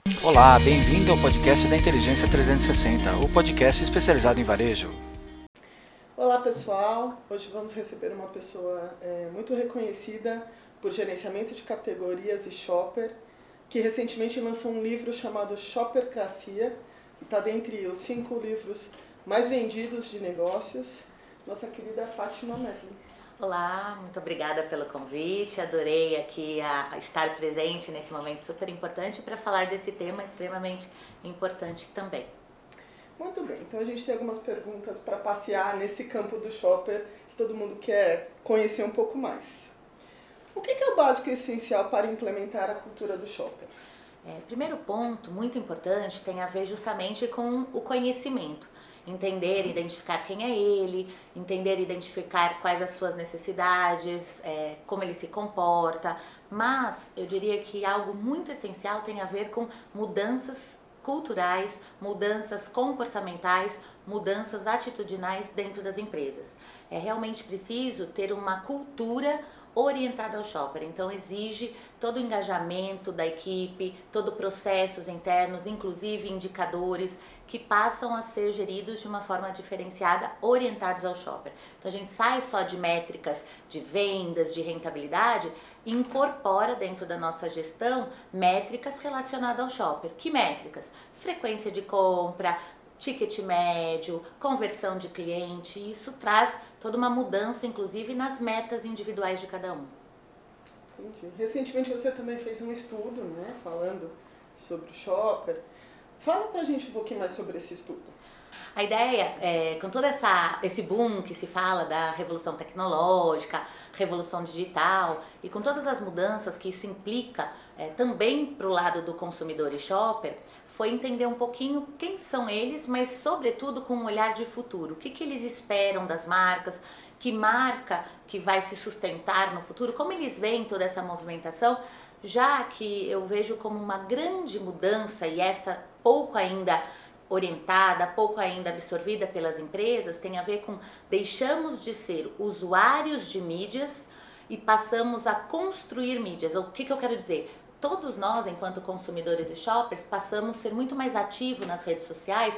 Olá, bem-vindo ao podcast da Inteligência 360, o podcast especializado em varejo. Olá pessoal, hoje vamos receber uma pessoa muito reconhecida por gerenciamento de categorias e shopper, que recentemente lançou um livro chamado Shoppercracia, que está dentre os 5 livros mais vendidos de negócios, nossa querida Fátima Merlin. Olá, muito obrigada pelo convite, adorei aqui estar presente nesse momento super importante para falar desse tema extremamente importante também. Muito bem, então a gente tem algumas perguntas para passear nesse campo do shopper que todo mundo quer conhecer um pouco mais. O que é o básico e essencial para implementar a cultura do shopper? Primeiro ponto, muito importante, tem a ver justamente com o conhecimento. Entender, identificar quem é ele, entender, identificar quais as suas necessidades, como ele se comporta. Mas eu diria que algo muito essencial tem a ver com mudanças culturais, mudanças comportamentais, mudanças atitudinais dentro das empresas. É realmente preciso ter uma cultura orientada ao shopper, então exige todo o engajamento da equipe, todo processos internos, inclusive indicadores que passam a ser geridos de uma forma diferenciada, orientados ao shopper. Então a gente sai só de métricas de vendas, de rentabilidade, e incorpora dentro da nossa gestão métricas relacionadas ao shopper. Que métricas? Frequência de compra, ticket médio, conversão de cliente, isso traz toda uma mudança, inclusive, nas metas individuais de cada um. Entendi. Recentemente você também fez um estudo, né, falando sobre o shopper. Fala pra gente um pouquinho mais sobre esse estudo. A ideia, com todo esse boom que se fala da revolução tecnológica, revolução digital e com todas as mudanças que isso implica também para o lado do consumidor e shopper, foi entender um pouquinho quem são eles, mas sobretudo com um olhar de futuro. O que eles esperam das marcas, que marca que vai se sustentar no futuro, como eles veem toda essa movimentação, já que eu vejo como uma grande mudança e essa pouco ainda orientada, pouco ainda absorvida pelas empresas, tem a ver com deixamos de ser usuários de mídias e passamos a construir mídias. O que eu quero dizer? Todos nós, enquanto consumidores e shoppers, passamos a ser muito mais ativos nas redes sociais,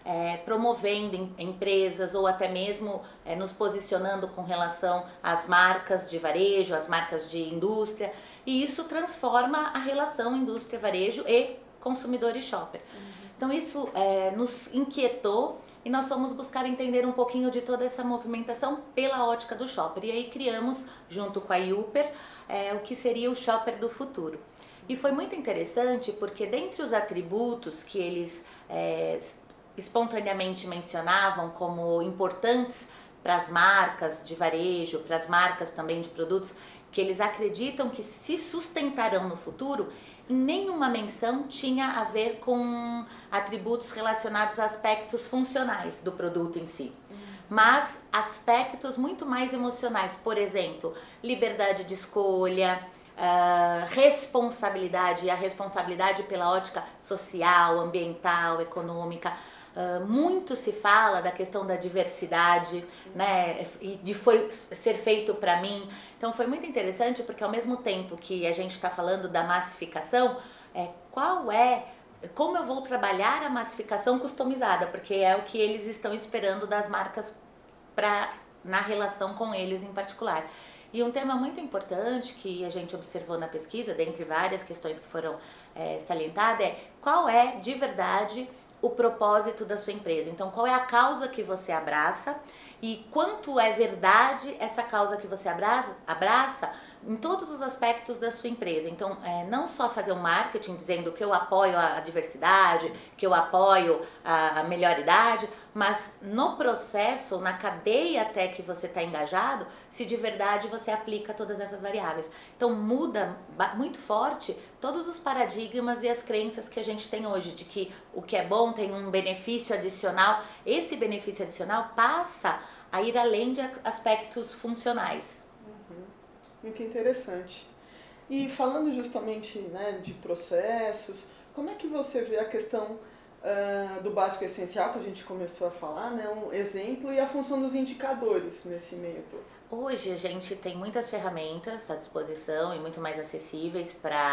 promovendo empresas ou até mesmo nos posicionando com relação às marcas de varejo, às marcas de indústria, e isso transforma a relação indústria-varejo e consumidor e shopper. Então isso nos inquietou e nós fomos buscar entender um pouquinho de toda essa movimentação pela ótica do shopper. E aí criamos, junto com a Yupper, o que seria o shopper do futuro. E foi muito interessante porque dentre os atributos que eles espontaneamente mencionavam como importantes para as marcas de varejo, para as marcas também de produtos, que eles acreditam que se sustentarão no futuro, em nenhuma menção tinha a ver com atributos relacionados a aspectos funcionais do produto em si, mas aspectos muito mais emocionais, por exemplo, liberdade de escolha, responsabilidade, e a responsabilidade pela ótica social, ambiental, econômica. Muito se fala da questão da diversidade, né, e de ser feito para mim. Então foi muito interessante porque ao mesmo tempo que a gente está falando da massificação, como eu vou trabalhar a massificação customizada, porque é o que eles estão esperando das marcas na relação com eles em particular. E um tema muito importante que a gente observou na pesquisa, dentre várias questões que foram salientadas, é qual é de verdade o propósito da sua empresa. Então, qual é a causa que você abraça e quanto é verdade essa causa que você abraça em todos os aspectos da sua empresa. Então, não só fazer um marketing dizendo que eu apoio a diversidade, que eu apoio a melhor idade, mas no processo, na cadeia até que você está engajado, se de verdade você aplica todas essas variáveis. Então, muda muito forte todos os paradigmas e as crenças que a gente tem hoje, de que o que é bom tem um benefício adicional. Esse benefício adicional passa a ir além de aspectos funcionais. Muito interessante. E falando justamente, né, de processos, como é que você vê a questão do básico essencial que a gente começou a falar, né, um exemplo, e a função dos indicadores nesse meio todo? Hoje a gente tem muitas ferramentas à disposição e muito mais acessíveis para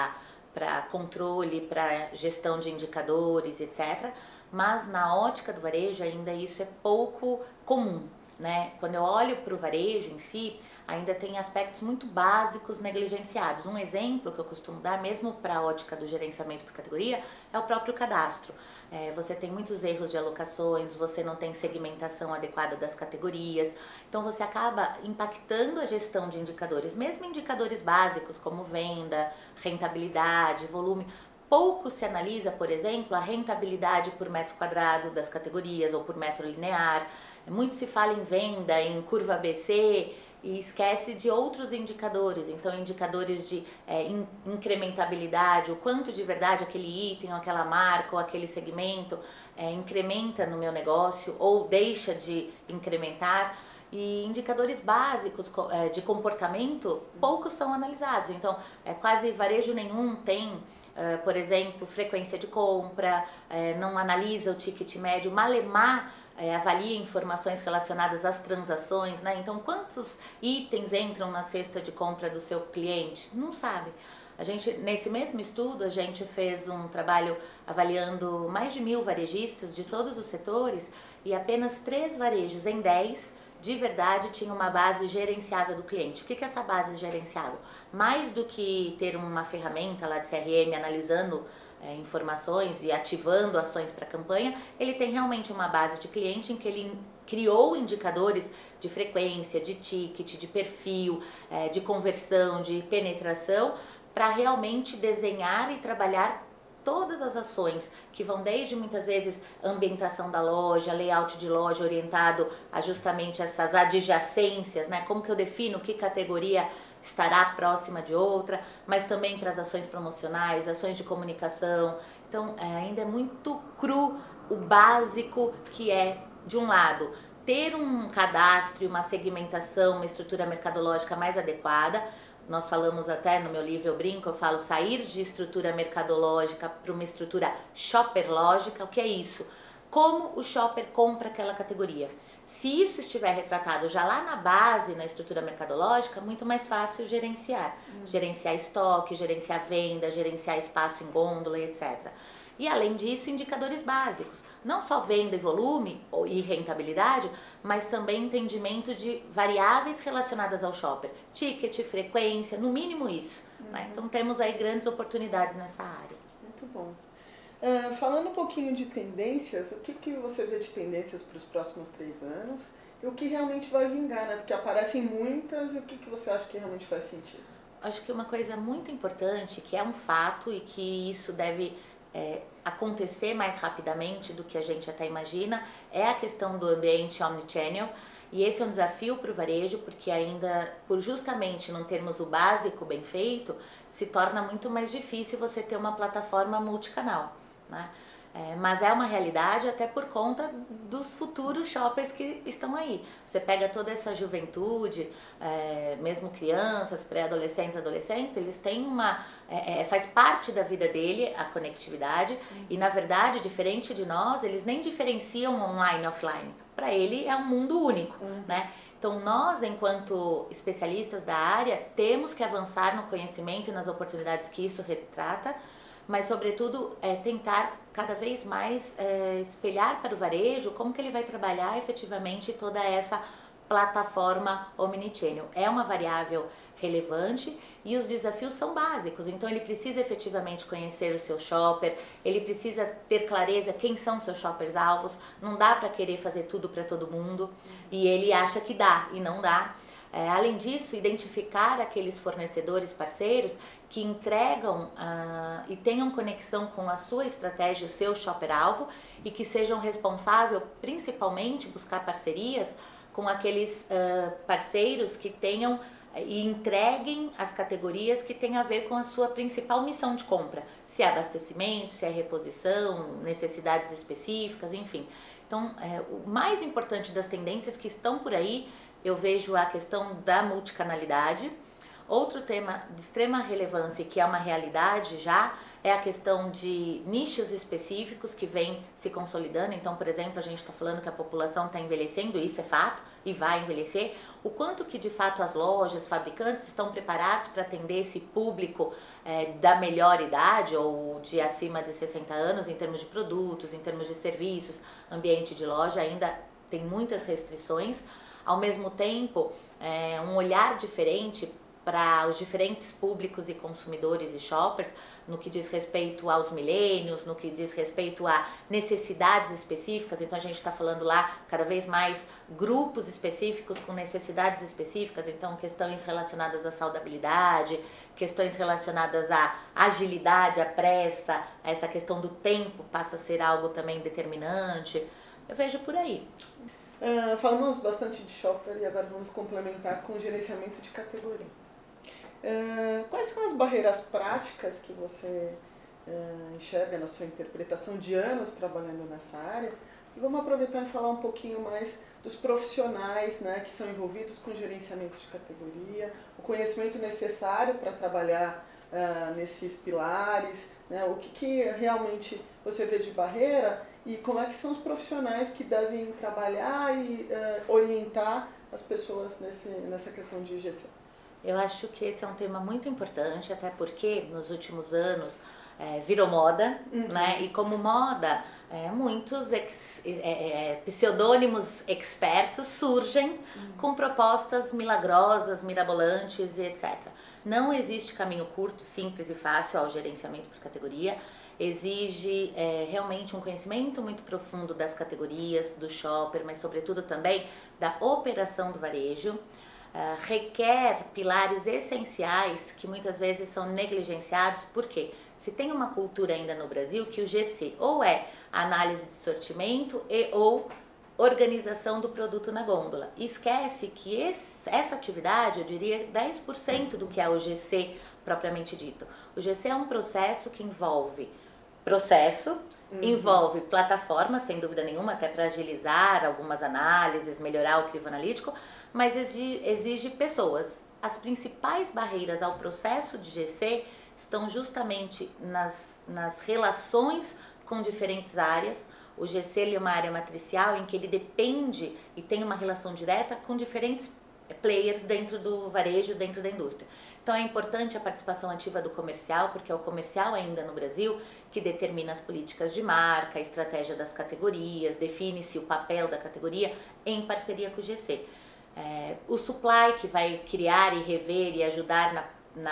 para controle, para gestão de indicadores, etc. Mas na ótica do varejo ainda isso é pouco comum, né? Quando eu olho para o varejo em si, ainda tem aspectos muito básicos negligenciados. Um exemplo que eu costumo dar, mesmo para a ótica do gerenciamento por categoria, é o próprio cadastro. Você tem muitos erros de alocações, você não tem segmentação adequada das categorias, então você acaba impactando a gestão de indicadores, mesmo indicadores básicos como venda, rentabilidade, volume. Pouco se analisa, por exemplo, a rentabilidade por metro quadrado das categorias ou por metro linear. Muito se fala em venda, em curva ABC, e esquece de outros indicadores, então indicadores de incrementabilidade, o quanto de verdade aquele item, ou aquela marca, ou aquele segmento incrementa no meu negócio ou deixa de incrementar. E indicadores básicos de comportamento, poucos são analisados, então quase varejo nenhum tem, por exemplo, frequência de compra, não analisa o ticket médio, malemar avalia informações relacionadas às transações, né? Então, quantos itens entram na cesta de compra do seu cliente? Não sabe. Nesse mesmo estudo, a gente fez um trabalho avaliando mais de 1.000 varejistas de todos os setores e apenas 3 varejos em 10 de verdade tinham uma base gerenciável do cliente. O que é essa base gerenciável? Mais do que ter uma ferramenta lá de CRM analisando informações e ativando ações para a campanha, ele tem realmente uma base de cliente em que ele criou indicadores de frequência, de ticket, de perfil, de conversão, de penetração, para realmente desenhar e trabalhar todas as ações que vão desde muitas vezes ambientação da loja, layout de loja orientado a justamente essas adjacências, né? Como que eu defino que categoria estará próxima de outra, mas também para as ações promocionais, ações de comunicação. Então, ainda é muito cru o básico que é, de um lado, ter um cadastro e uma segmentação, uma estrutura mercadológica mais adequada. Nós falamos até no meu livro, eu brinco, eu falo sair de estrutura mercadológica para uma estrutura shopperlógica. O que é isso? Como o shopper compra aquela categoria. Se isso estiver retratado já lá na base, na estrutura mercadológica, muito mais fácil gerenciar. Gerenciar estoque, gerenciar venda, gerenciar espaço em gôndola, etc. E além disso, indicadores básicos. Não só venda e volume e rentabilidade, mas também entendimento de variáveis relacionadas ao shopper. Ticket, frequência, no mínimo isso. Né? Então temos aí grandes oportunidades nessa área. Muito bom. Falando um pouquinho de tendências, o que você vê de tendências para os próximos 3 anos? E o que realmente vai vingar, né? Porque aparecem muitas, e o que você acha que realmente faz sentido? Acho que uma coisa muito importante, que é um fato e que isso deve acontecer mais rapidamente do que a gente até imagina, é a questão do ambiente omnichannel. E esse é um desafio para o varejo, porque ainda, por justamente não termos o básico bem feito, se torna muito mais difícil você ter uma plataforma multicanal, né? Mas é uma realidade até por conta dos futuros shoppers que estão aí. Você pega toda essa juventude, mesmo crianças, pré-adolescentes, adolescentes, eles têm faz parte da vida dele a conectividade e, na verdade, diferente de nós, eles nem diferenciam online e offline. Para ele é um mundo único, né? Então, nós, enquanto especialistas da área, temos que avançar no conhecimento e nas oportunidades que isso retrata, mas, sobretudo, tentar cada vez mais espelhar para o varejo como que ele vai trabalhar efetivamente toda essa plataforma omnichannel. É uma variável relevante e os desafios são básicos, então ele precisa efetivamente conhecer o seu shopper, ele precisa ter clareza quem são seus shoppers alvos, não dá para querer fazer tudo para todo mundo e ele acha que dá e não dá. Além disso, identificar aqueles fornecedores parceiros que entregam e tenham conexão com a sua estratégia, o seu shopper-alvo e que sejam responsáveis, principalmente, buscar parcerias com aqueles parceiros que tenham e entreguem as categorias que têm a ver com a sua principal missão de compra, se é abastecimento, se é reposição, necessidades específicas, enfim. Então, o mais importante das tendências que estão por aí, eu vejo a questão da multicanalidade, Outro tema de extrema relevância, que é uma realidade já, é a questão de nichos específicos que vem se consolidando. Então, por exemplo, a gente está falando que a população está envelhecendo, isso é fato, e vai envelhecer. O quanto que de fato as lojas, fabricantes estão preparados para atender esse público da melhor idade ou de acima de 60 anos em termos de produtos, em termos de serviços, ambiente de loja ainda tem muitas restrições. Ao mesmo tempo, um olhar diferente para os diferentes públicos e consumidores e shoppers, no que diz respeito aos milênios, no que diz respeito a necessidades específicas. Então a gente está falando lá cada vez mais grupos específicos com necessidades específicas, então questões relacionadas à saudabilidade, questões relacionadas à agilidade, à pressa, essa questão do tempo passa a ser algo também determinante. Eu vejo por aí. Falamos bastante de shopper e agora vamos complementar com gerenciamento de categoria. Quais são as barreiras práticas que você enxerga na sua interpretação de anos trabalhando nessa área? E vamos aproveitar e falar um pouquinho mais dos profissionais, né, que são envolvidos com gerenciamento de categoria, o conhecimento necessário para trabalhar nesses pilares, né, o que realmente você vê de barreira e como é que são os profissionais que devem trabalhar e orientar as pessoas nessa questão de GC. Eu acho que esse é um tema muito importante, até porque nos últimos anos virou moda, né? E como moda, muitos pseudônimos expertos surgem com propostas milagrosas, mirabolantes e etc. Não existe caminho curto, simples e fácil ao gerenciamento por categoria. Exige realmente um conhecimento muito profundo das categorias, do shopper, mas sobretudo também da operação do varejo. Requer pilares essenciais que muitas vezes são negligenciados, porque se tem uma cultura ainda no Brasil que o GC ou é análise de sortimento ou organização do produto na gôndola. E esquece que essa atividade, eu diria 10% do que é o GC propriamente dito. O GC é um processo que envolve envolve plataforma, sem dúvida nenhuma, até para agilizar algumas análises, melhorar o crivo analítico, mas exige pessoas. As principais barreiras ao processo de GC estão justamente nas relações com diferentes áreas. O GC é uma área matricial em que ele depende e tem uma relação direta com diferentes players dentro do varejo, dentro da indústria. Então é importante a participação ativa do comercial, porque é o comercial ainda no Brasil que determina as políticas de marca, a estratégia das categorias, define-se o papel da categoria em parceria com o GC. O supply que vai criar e rever e ajudar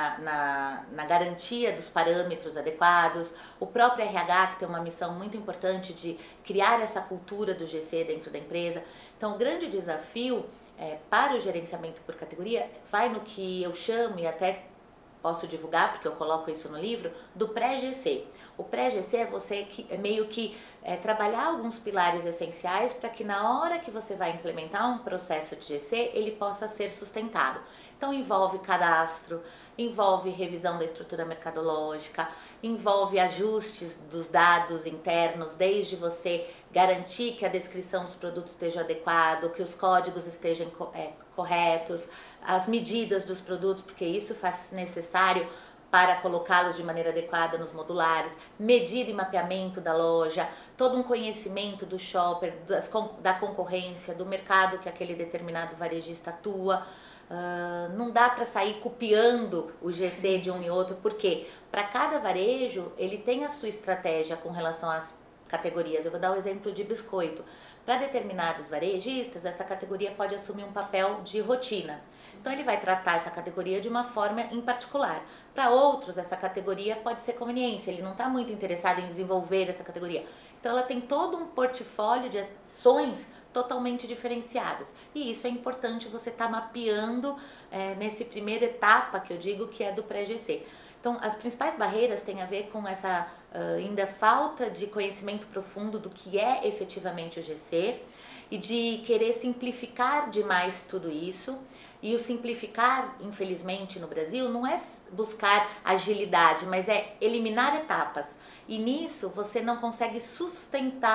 na garantia dos parâmetros adequados, o próprio RH que tem uma missão muito importante de criar essa cultura do GC dentro da empresa. Então o grande desafio para o gerenciamento por categoria vai no que eu chamo, e até posso divulgar porque eu coloco isso no livro, do pré-GC. O pré-GC é você meio que trabalhar alguns pilares essenciais para que na hora que você vai implementar um processo de GC, ele possa ser sustentado. Então envolve cadastro, envolve revisão da estrutura mercadológica, envolve ajustes dos dados internos, desde você garantir que a descrição dos produtos esteja adequada, que os códigos estejam corretos, as medidas dos produtos, porque isso faz necessário para colocá-los de maneira adequada nos modulares, medir e mapeamento da loja, todo um conhecimento do shopper, da concorrência, do mercado que aquele determinado varejista atua. Não dá para sair copiando o GC de um e outro, porque para cada varejo ele tem a sua estratégia com relação às categorias. Eu vou dar o exemplo de biscoito. Para determinados varejistas, essa categoria pode assumir um papel de rotina. Então ele vai tratar essa categoria de uma forma em particular. Para outros, essa categoria pode ser conveniência, ele não está muito interessado em desenvolver essa categoria. Então ela tem todo um portfólio de ações totalmente diferenciadas. E isso é importante você estar mapeando nessa primeira etapa que eu digo que é do pré-GC. Então as principais barreiras têm a ver com essa ainda falta de conhecimento profundo do que é efetivamente o GC e de querer simplificar demais tudo isso. E o simplificar, infelizmente, no Brasil, não é buscar agilidade, mas é eliminar etapas. E nisso você não consegue sustentar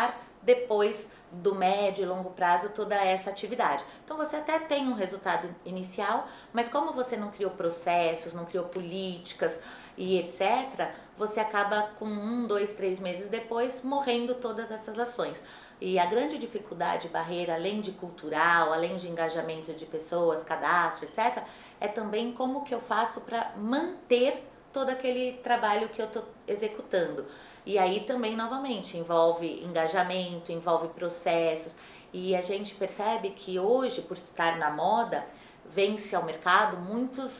depois do médio e longo prazo toda essa atividade. Então você até tem um resultado inicial, mas como você não criou processos, não criou políticas e etc., você acaba com 1, 2, 3 meses depois morrendo todas essas ações. E a grande dificuldade, barreira, além de cultural, além de engajamento de pessoas, cadastro, etc., é também como que eu faço para manter todo aquele trabalho que eu estou executando. E aí também, novamente, envolve engajamento, envolve processos. E a gente percebe que hoje, por estar na moda, vem-se ao mercado muitos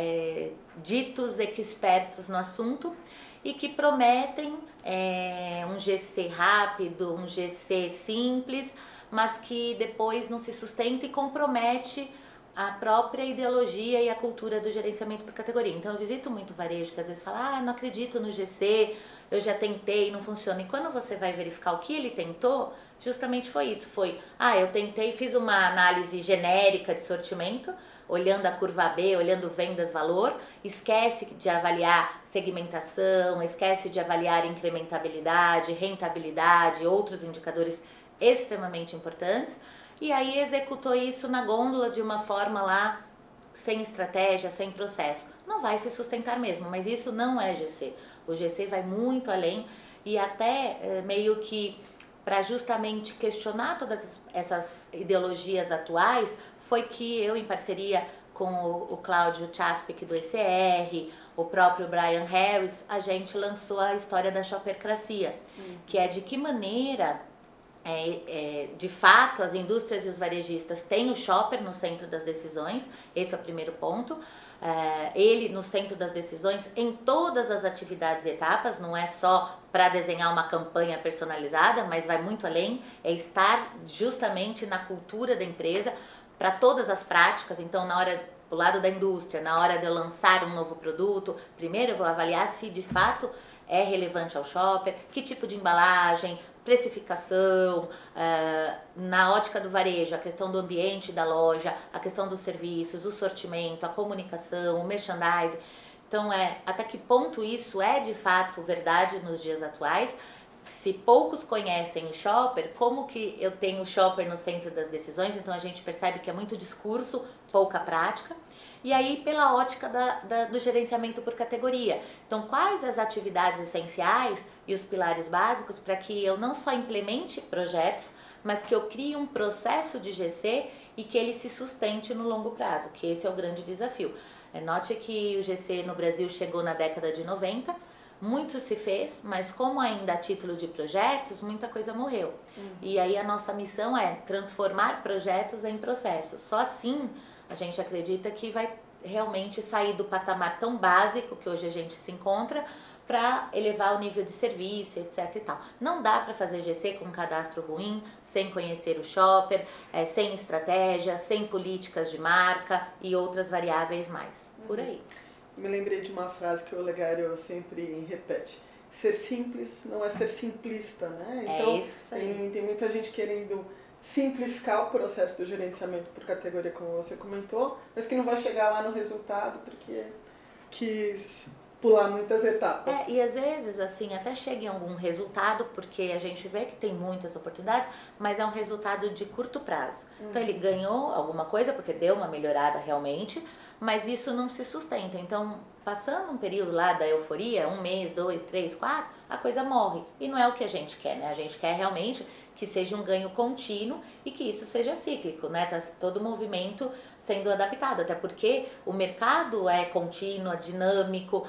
ditos expertos no assunto e que prometem um GC rápido, um GC simples, mas que depois não se sustenta e compromete a própria ideologia e a cultura do gerenciamento por categoria. Então eu visito muito varejo que às vezes fala, não acredito no GC, eu já tentei, não funciona. E quando você vai verificar o que ele tentou, justamente foi isso, eu tentei, fiz uma análise genérica de sortimento, olhando a curva AB, olhando vendas valor, esquece de avaliar segmentação, esquece de avaliar incrementabilidade, rentabilidade, outros indicadores extremamente importantes, e aí executou isso na gôndola de uma forma lá, sem estratégia, sem processo. Não vai se sustentar mesmo, mas isso não é GC. O GC vai muito além e até meio que para justamente questionar todas essas ideologias atuais, foi que eu, em parceria com o Cláudio Chaspic do ECR, o próprio Brian Harris, a gente lançou a história da shoppercracia, que é de que maneira, de fato, as indústrias e os varejistas têm o shopper no centro das decisões, esse é o primeiro ponto. Ele no centro das decisões em todas as atividades e etapas, não é só para desenhar uma campanha personalizada, mas vai muito além, é estar justamente na cultura da empresa, para todas as práticas. Então, na hora do lado da indústria, na hora de eu lançar um novo produto, primeiro eu vou avaliar se de fato é relevante ao shopper, que tipo de embalagem, precificação, na ótica do varejo, a questão do ambiente da loja, a questão dos serviços, o sortimento, a comunicação, o merchandising. Então, até que ponto isso é de fato verdade nos dias atuais? Se poucos conhecem o shopper, como que eu tenho o shopper no centro das decisões? Então a gente percebe que é muito discurso, pouca prática. E aí pela ótica do gerenciamento por categoria. Então quais as atividades essenciais e os pilares básicos para que eu não só implemente projetos, mas que eu crie um processo de GC e que ele se sustente no longo prazo, que esse é o grande desafio. Note que o GC no Brasil chegou na década de 90, muito se fez, mas como ainda a título de projetos, muita coisa morreu. E aí a nossa missão é transformar projetos em processos. Só assim a gente acredita que vai realmente sair do patamar tão básico que hoje a gente se encontra para elevar o nível de serviço, etc e tal. Não dá para fazer GC com um cadastro ruim, sem conhecer o shopper, sem estratégia, sem políticas de marca e outras variáveis mais. Por aí. Me lembrei de uma frase que o Olegário sempre repete: ser simples não é ser simplista, né? Então tem muita gente querendo simplificar o processo do gerenciamento por categoria, como você comentou, mas que não vai chegar lá no resultado porque quis pular muitas etapas. E às vezes, assim, até chega em algum resultado, porque a gente vê que tem muitas oportunidades, mas é um resultado de curto prazo. Então ele ganhou alguma coisa porque deu uma melhorada realmente, mas isso não se sustenta. Então, passando um período lá da euforia, 1 mês, 2, 3, 4, a coisa morre. E não é o que a gente quer, né? A gente quer realmente que seja um ganho contínuo e que isso seja cíclico, né? Tá todo movimento sendo adaptado, até porque o mercado é contínuo, é dinâmico,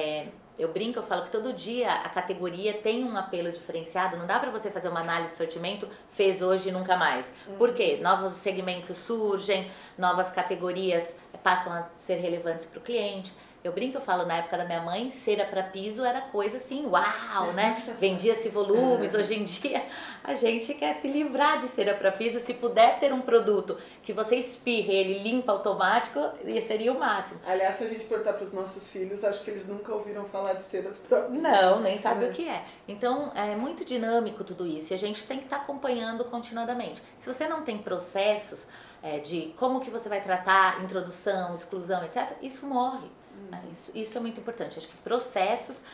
eu brinco, eu falo que todo dia a categoria tem um apelo diferenciado, não dá para você fazer uma análise de sortimento, fez hoje e nunca mais. Por quê? Novos segmentos surgem, novas categorias passam a ser relevantes para o cliente. Eu brinco, eu falo, na época da minha mãe, cera para piso era coisa assim, uau, né? Vendia-se volumes. Hoje em dia, a gente quer se livrar de cera para piso. Se puder ter um produto que você espirre, ele limpa automático, seria o máximo. Aliás, se a gente perguntar para os nossos filhos, acho que eles nunca ouviram falar de ceras para piso. Não, nem sabe o que é. Então, é muito dinâmico tudo isso e a gente tem que estar acompanhando continuadamente. Se você não tem processos de como que você vai tratar introdução, exclusão, etc., isso morre. Isso é muito importante. Acho que processos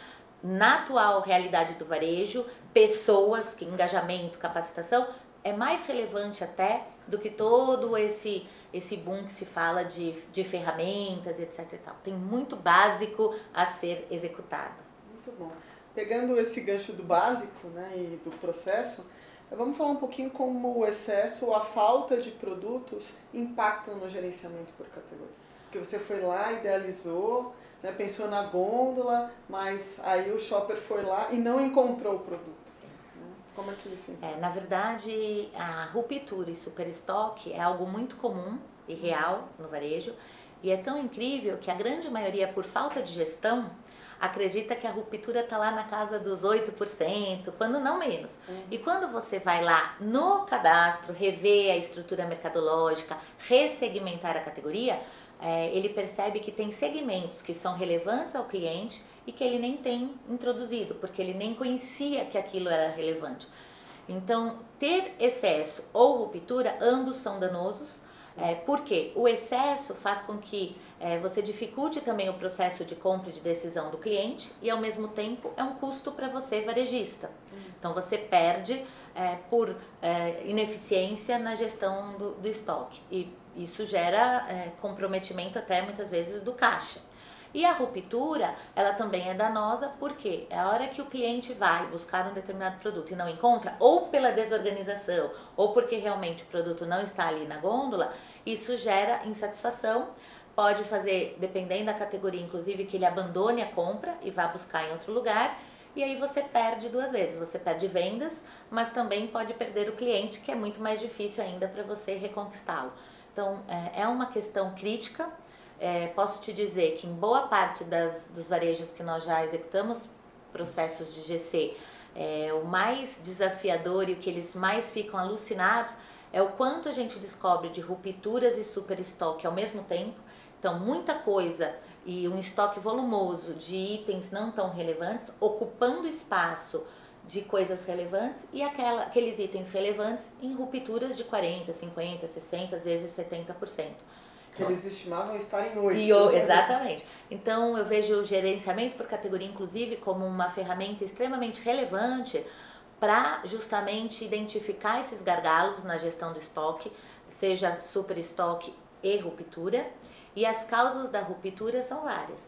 na atual realidade do varejo, pessoas, engajamento, capacitação, é mais relevante até do que todo esse boom que se fala de ferramentas, etc. e tal. Tem muito básico a ser executado. Muito bom. Pegando esse gancho do básico, né, e do processo, vamos falar um pouquinho como o excesso ou a falta de produtos impactam no gerenciamento por categoria. Porque você foi lá, idealizou, né, pensou na gôndola, mas aí o shopper foi lá e não encontrou o produto. Né? Como é que isso impacta? Na verdade, a ruptura e superestoque é algo muito comum e real no varejo, e é tão incrível que a grande maioria, por falta de gestão, acredita que a ruptura está lá na casa dos 8%, quando não menos. E quando você vai lá no cadastro, rever a estrutura mercadológica, ressegmentar a categoria, ele percebe que tem segmentos que são relevantes ao cliente e que ele nem tem introduzido, porque ele nem conhecia que aquilo era relevante. Então, ter excesso ou ruptura, ambos são danosos, porque o excesso faz com que você dificulte também o processo de compra e de decisão do cliente e, ao mesmo tempo, é um custo para você, varejista. Então, você perde por ineficiência na gestão do estoque e isso gera comprometimento até, muitas vezes, do caixa. E a ruptura, ela também é danosa porque é a hora que o cliente vai buscar um determinado produto e não encontra, ou pela desorganização, ou porque realmente o produto não está ali na gôndola, isso gera insatisfação, pode fazer, dependendo da categoria, inclusive, que ele abandone a compra e vá buscar em outro lugar, e aí você perde duas vezes, você perde vendas, mas também pode perder o cliente, que é muito mais difícil ainda para você reconquistá-lo. Então, é uma questão crítica. Posso te dizer que em boa parte dos varejos que nós já executamos processos de GC, o mais desafiador e o que eles mais ficam alucinados é o quanto a gente descobre de rupturas e super estoque ao mesmo tempo. Então, muita coisa e um estoque volumoso de itens não tão relevantes, ocupando espaço de coisas relevantes e aqueles itens relevantes em rupturas de 40%, 50%, 60%, às vezes 70%. Que eles estimavam estar em 8%. Exatamente. Então, eu vejo o gerenciamento por categoria, inclusive, como uma ferramenta extremamente relevante para justamente identificar esses gargalos na gestão do estoque, seja super estoque e ruptura. E as causas da ruptura são várias.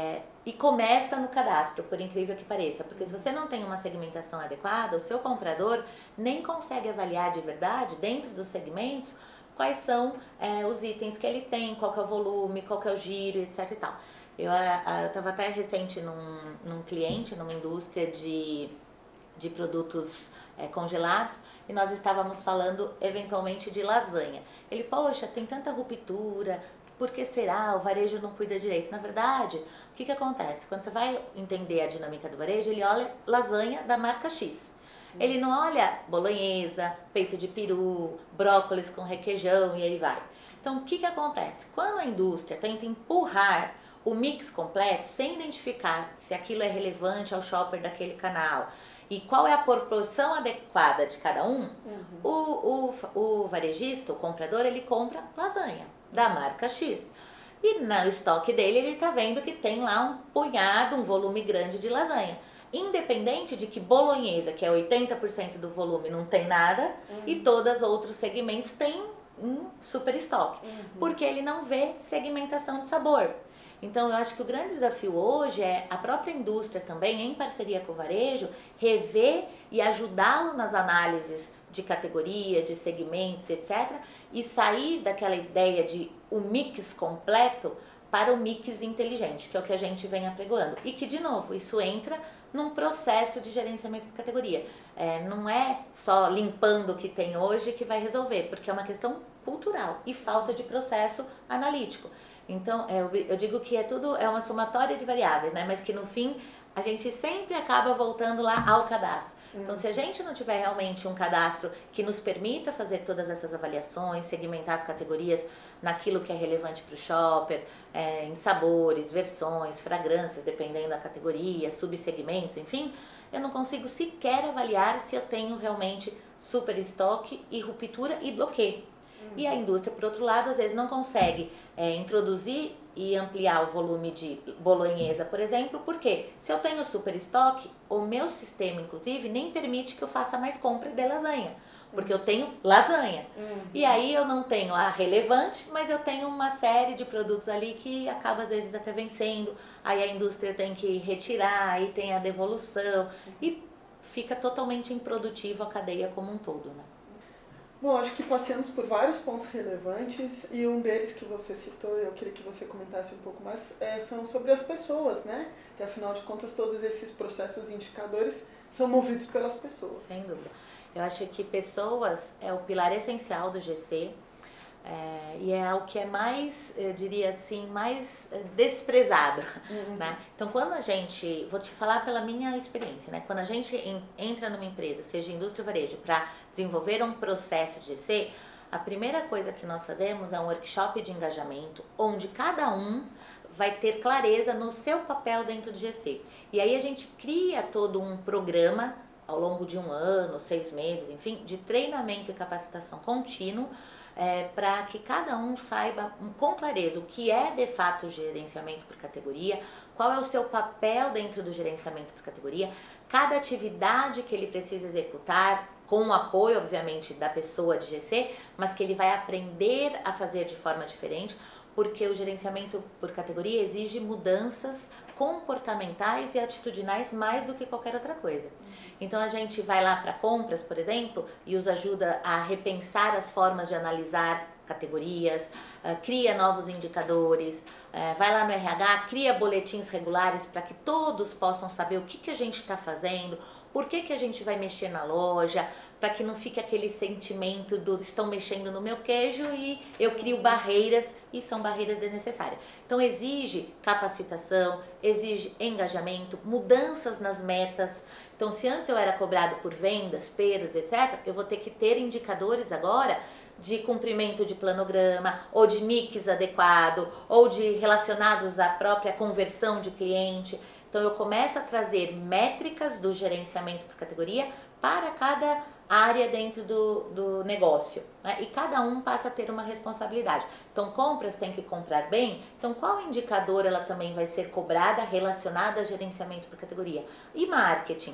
E começa no cadastro, por incrível que pareça, porque se você não tem uma segmentação adequada, o seu comprador nem consegue avaliar de verdade, dentro dos segmentos, quais são os itens que ele tem, qual que é o volume, qual que é o giro, etc e tal. Eu estava até recente num cliente, numa indústria de produtos congelados, e nós estávamos falando eventualmente de lasanha. Ele, poxa, tem tanta ruptura, por que será? O varejo não cuida direito. Na verdade, o que acontece? Quando você vai entender a dinâmica do varejo, ele olha lasanha da marca X. Ele não olha bolonhesa, peito de peru, brócolis com requeijão e aí vai. Então, o que acontece? Quando a indústria tenta empurrar o mix completo, sem identificar se aquilo é relevante ao shopper daquele canal e qual é a proporção adequada de cada um, o varejista, o comprador, ele compra lasanha da marca X. E no estoque dele, ele está vendo que tem lá um punhado, um volume grande de lasanha. Independente de que bolonhesa, que é 80% do volume, não tem nada, e todos os outros segmentos têm um super estoque. Porque ele não vê segmentação de sabor. Então, eu acho que o grande desafio hoje é a própria indústria também, em parceria com o varejo, rever e ajudá-lo nas análises de categoria, de segmentos, etc. E sair daquela ideia de o mix completo para o mix inteligente, que é o que a gente vem apregoando. E que, de novo, isso entra num processo de gerenciamento de categoria. Não é só limpando o que tem hoje que vai resolver, porque é uma questão cultural e falta de processo analítico. Então, eu digo que é uma somatória de variáveis, né? Mas que no fim a gente sempre acaba voltando lá ao cadastro. Então, se a gente não tiver realmente um cadastro que nos permita fazer todas essas avaliações, segmentar as categorias naquilo que é relevante para o shopper, em sabores, versões, fragrâncias, dependendo da categoria, subsegmentos, enfim, eu não consigo sequer avaliar se eu tenho realmente super estoque e ruptura e bloqueio. E a indústria, por outro lado, às vezes não consegue introduzir e ampliar o volume de bolonhesa, por exemplo, porque se eu tenho super estoque, o meu sistema, inclusive, nem permite que eu faça mais compra de lasanha, porque eu tenho lasanha. E aí eu não tenho a relevante, mas eu tenho uma série de produtos ali que acaba às vezes até vencendo, aí a indústria tem que retirar, aí tem a devolução, e fica totalmente improdutiva a cadeia como um todo, né? Bom, acho que passamos por vários pontos relevantes e um deles que você citou, eu queria que você comentasse um pouco mais, são sobre as pessoas, né? Que afinal de contas todos esses processos e indicadores são movidos pelas pessoas. Sem dúvida. Eu acho que pessoas é o pilar essencial do GC e é o que é mais, eu diria assim, mais desprezado, né? Então, quando a gente, vou te falar pela minha experiência, né? Quando a gente entra numa empresa, seja indústria ou varejo, para desenvolver um processo de GC, a primeira coisa que nós fazemos é um workshop de engajamento, onde cada um vai ter clareza no seu papel dentro do GC. E aí a gente cria todo um programa ao longo de 1 ano, 6 meses, enfim, de treinamento e capacitação contínuo, para que cada um saiba com clareza o que é de fato o gerenciamento por categoria, qual é o seu papel dentro do gerenciamento por categoria, cada atividade que ele precisa executar, com o apoio, obviamente, da pessoa de GC, mas que ele vai aprender a fazer de forma diferente, porque o gerenciamento por categoria exige mudanças comportamentais e atitudinais mais do que qualquer outra coisa. Então a gente vai lá para compras, por exemplo, e os ajuda a repensar as formas de analisar categorias, cria novos indicadores, vai lá no RH, cria boletins regulares para que todos possam saber o que a gente está fazendo, por que a gente vai mexer na loja, para que não fique aquele sentimento do estão mexendo no meu queijo e eu crio barreiras e são barreiras desnecessárias. Então exige capacitação, exige engajamento, mudanças nas metas. Então se antes eu era cobrado por vendas, perdas, etc., eu vou ter que ter indicadores agora de cumprimento de planograma, ou de mix adequado, ou de relacionados à própria conversão de cliente. Então eu começo a trazer métricas do gerenciamento por categoria para cada área dentro do negócio, né? E cada um passa a ter uma responsabilidade. Então compras tem que comprar bem, então qual indicador ela também vai ser cobrada relacionada a gerenciamento por categoria? E marketing,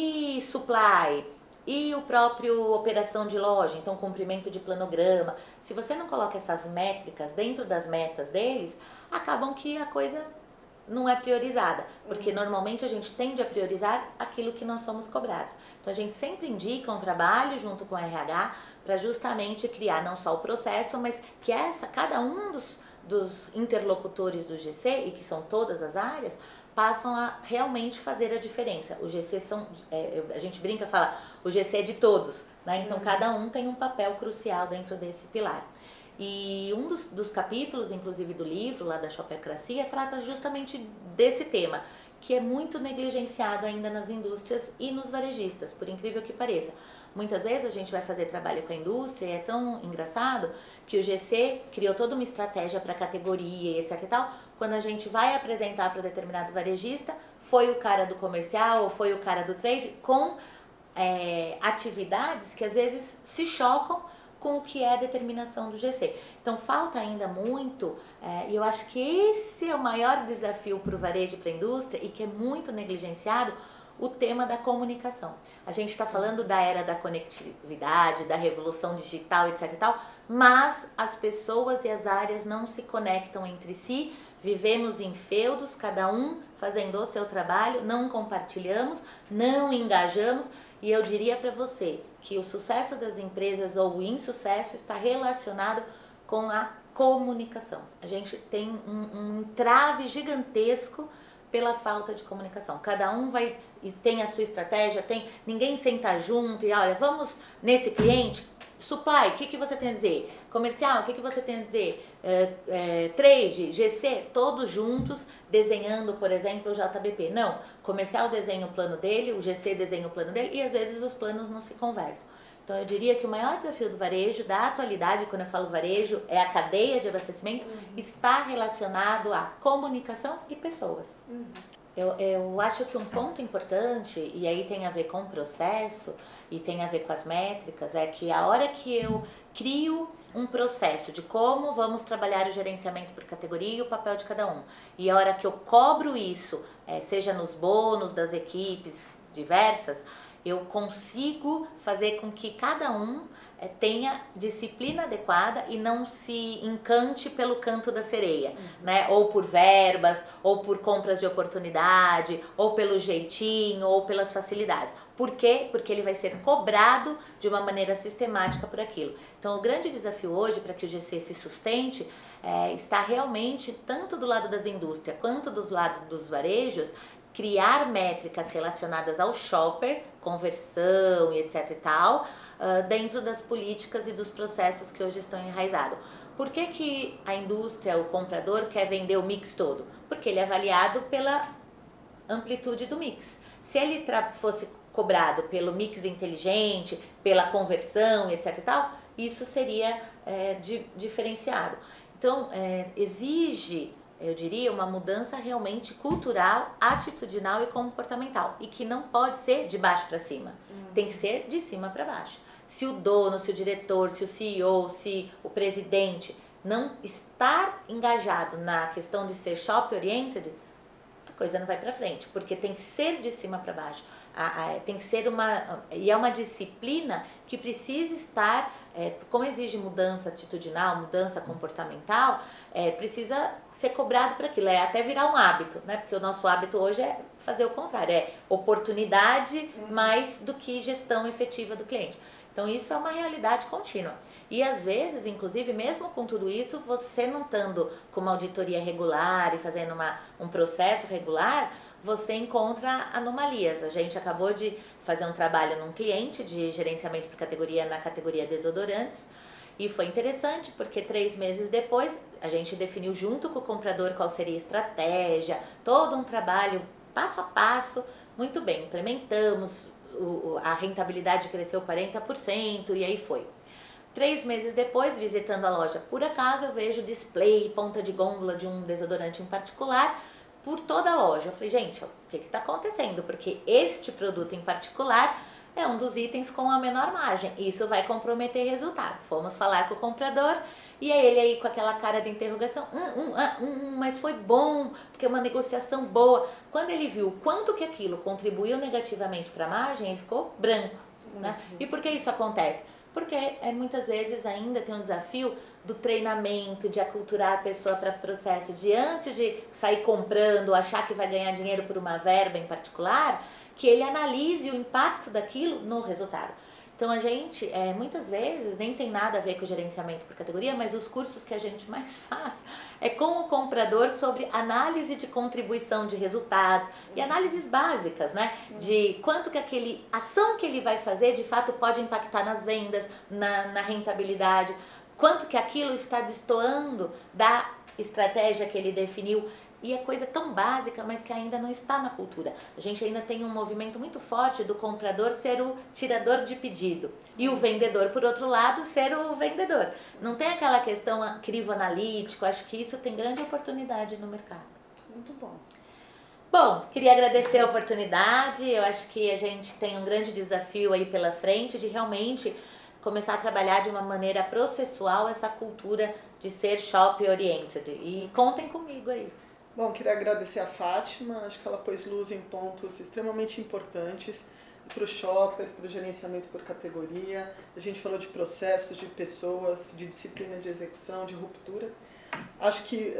e supply, e o próprio operação de loja, então cumprimento de planograma. Se você não coloca essas métricas dentro das metas deles, acabam que a coisa não é priorizada, porque normalmente a gente tende a priorizar aquilo que nós somos cobrados. Então a gente sempre indica um trabalho junto com o RH para justamente criar não só o processo, mas que cada um dos interlocutores do GC, e que são todas as áreas, passam a realmente fazer a diferença. O GC a gente brinca, fala, o GC é de todos, né? Então cada um tem um papel crucial dentro desse pilar. E um dos capítulos, inclusive do livro lá da Shoppercracia, trata justamente desse tema, que é muito negligenciado ainda nas indústrias e nos varejistas, por incrível que pareça. Muitas vezes a gente vai fazer trabalho com a indústria e é tão engraçado que o GC criou toda uma estratégia para categoria e etc e tal. Quando a gente vai apresentar para um determinado varejista, foi o cara do comercial ou foi o cara do trade com atividades que às vezes se chocam com o que é a determinação do GC. Então falta ainda muito, e eu acho que esse é o maior desafio para o varejo e para a indústria e que é muito negligenciado, o tema da comunicação. A gente está falando da era da conectividade, da revolução digital, etc e tal, mas as pessoas e as áreas não se conectam entre si, vivemos em feudos, cada um fazendo o seu trabalho, não compartilhamos, não engajamos. E eu diria para você que o sucesso das empresas ou o insucesso está relacionado com a comunicação. A gente tem um entrave gigantesco pela falta de comunicação. Cada um vai e tem a sua estratégia, ninguém senta junto e olha, vamos nesse cliente, supply, o que você tem a dizer? Comercial, o que você tem a dizer? Trade, GC, todos juntos desenhando, por exemplo, o JBP. Não, comercial desenha o plano dele, o GC desenha o plano dele e às vezes os planos não se conversam. Então eu diria que o maior desafio do varejo, da atualidade, quando eu falo varejo, é a cadeia de abastecimento, está relacionado à comunicação e pessoas. Eu acho que um ponto importante, e aí tem a ver com o processo e tem a ver com as métricas, é que a hora que eu crio um processo de como vamos trabalhar o gerenciamento por categoria e o papel de cada um. E a hora que eu cobro isso, seja nos bônus das equipes diversas, eu consigo fazer com que cada um tenha disciplina adequada e não se encante pelo canto da sereia, né? Ou por verbas, ou por compras de oportunidade, ou pelo jeitinho, ou pelas facilidades. Por quê? Porque ele vai ser cobrado de uma maneira sistemática por aquilo. Então, o grande desafio hoje para que o GC se sustente está realmente, tanto do lado das indústrias quanto do lado dos varejos, criar métricas relacionadas ao shopper, conversão e etc e tal, dentro das políticas e dos processos que hoje estão enraizados. Por que a indústria, o comprador, quer vender o mix todo? Porque ele é avaliado pela amplitude do mix. Se ele fosse cobrado pelo mix inteligente, pela conversão e etc e tal, isso seria diferenciado. Então, exige, eu diria, uma mudança realmente cultural, atitudinal e comportamental. E que não pode ser de baixo para cima. Tem que ser de cima para baixo. Se o dono, se o diretor, se o CEO, se o presidente não estar engajado na questão de ser shop-oriented, a coisa não vai para frente. Porque tem que ser de cima para baixo. Tem que ser é uma disciplina que precisa estar, como exige mudança atitudinal, mudança comportamental, precisa ser cobrado por aquilo, até virar um hábito, né? Porque o nosso hábito hoje é fazer o contrário, é oportunidade mais do que gestão efetiva do cliente. Então isso é uma realidade contínua. E às vezes, inclusive, mesmo com tudo isso, você não estando com uma auditoria regular e fazendo um processo regular, você encontra anomalias. A gente acabou de fazer um trabalho num cliente de gerenciamento por categoria na categoria desodorantes e foi interessante porque 3 meses depois a gente definiu junto com o comprador qual seria a estratégia, todo um trabalho passo a passo, muito bem, implementamos, a rentabilidade cresceu 40% e aí foi. 3 meses depois, visitando a loja por acaso, eu vejo display, ponta de gôndola de um desodorante em particular por toda a loja. Eu falei, gente, o que está acontecendo? Porque este produto em particular é um dos itens com a menor margem. Isso vai comprometer resultado. Fomos falar com o comprador e aí ele aí com aquela cara de interrogação, mas foi bom, porque é uma negociação boa. Quando ele viu quanto que aquilo contribuiu negativamente para a margem, ele ficou branco. Né? E por que isso acontece? Porque muitas vezes ainda tem um desafio do treinamento, de aculturar a pessoa para o processo, de antes de sair comprando, achar que vai ganhar dinheiro por uma verba em particular, que ele analise o impacto daquilo no resultado. Então a gente, muitas vezes, nem tem nada a ver com o gerenciamento por categoria, mas os cursos que a gente mais faz é com o comprador sobre análise de contribuição de resultados e análises básicas, né? De quanto que aquele ação que ele vai fazer, de fato, pode impactar nas vendas, na rentabilidade, quanto que aquilo está destoando da estratégia que ele definiu. E é coisa tão básica, mas que ainda não está na cultura. A gente ainda tem um movimento muito forte do comprador ser o tirador de pedido. E o vendedor, por outro lado, ser o vendedor. Não tem aquela questão crivo-analítico. Acho que isso tem grande oportunidade no mercado. Muito bom. Bom, queria agradecer a oportunidade. Eu acho que a gente tem um grande desafio aí pela frente de realmente começar a trabalhar de uma maneira processual essa cultura de ser shop-oriented. E contem comigo aí. Bom, queria agradecer a Fátima, acho que ela pôs luz em pontos extremamente importantes para o shopper, para o gerenciamento por categoria. A gente falou de processos, de pessoas, de disciplina de execução, de ruptura. Acho que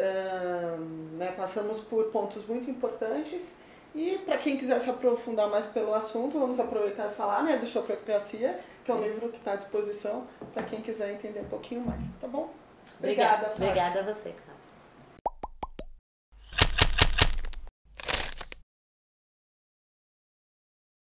passamos por pontos muito importantes e para quem quiser se aprofundar mais pelo assunto, vamos aproveitar e falar do Shoppercracia, que é um livro que está à disposição para quem quiser entender um pouquinho mais, tá bom? Obrigada a você, Cláudia.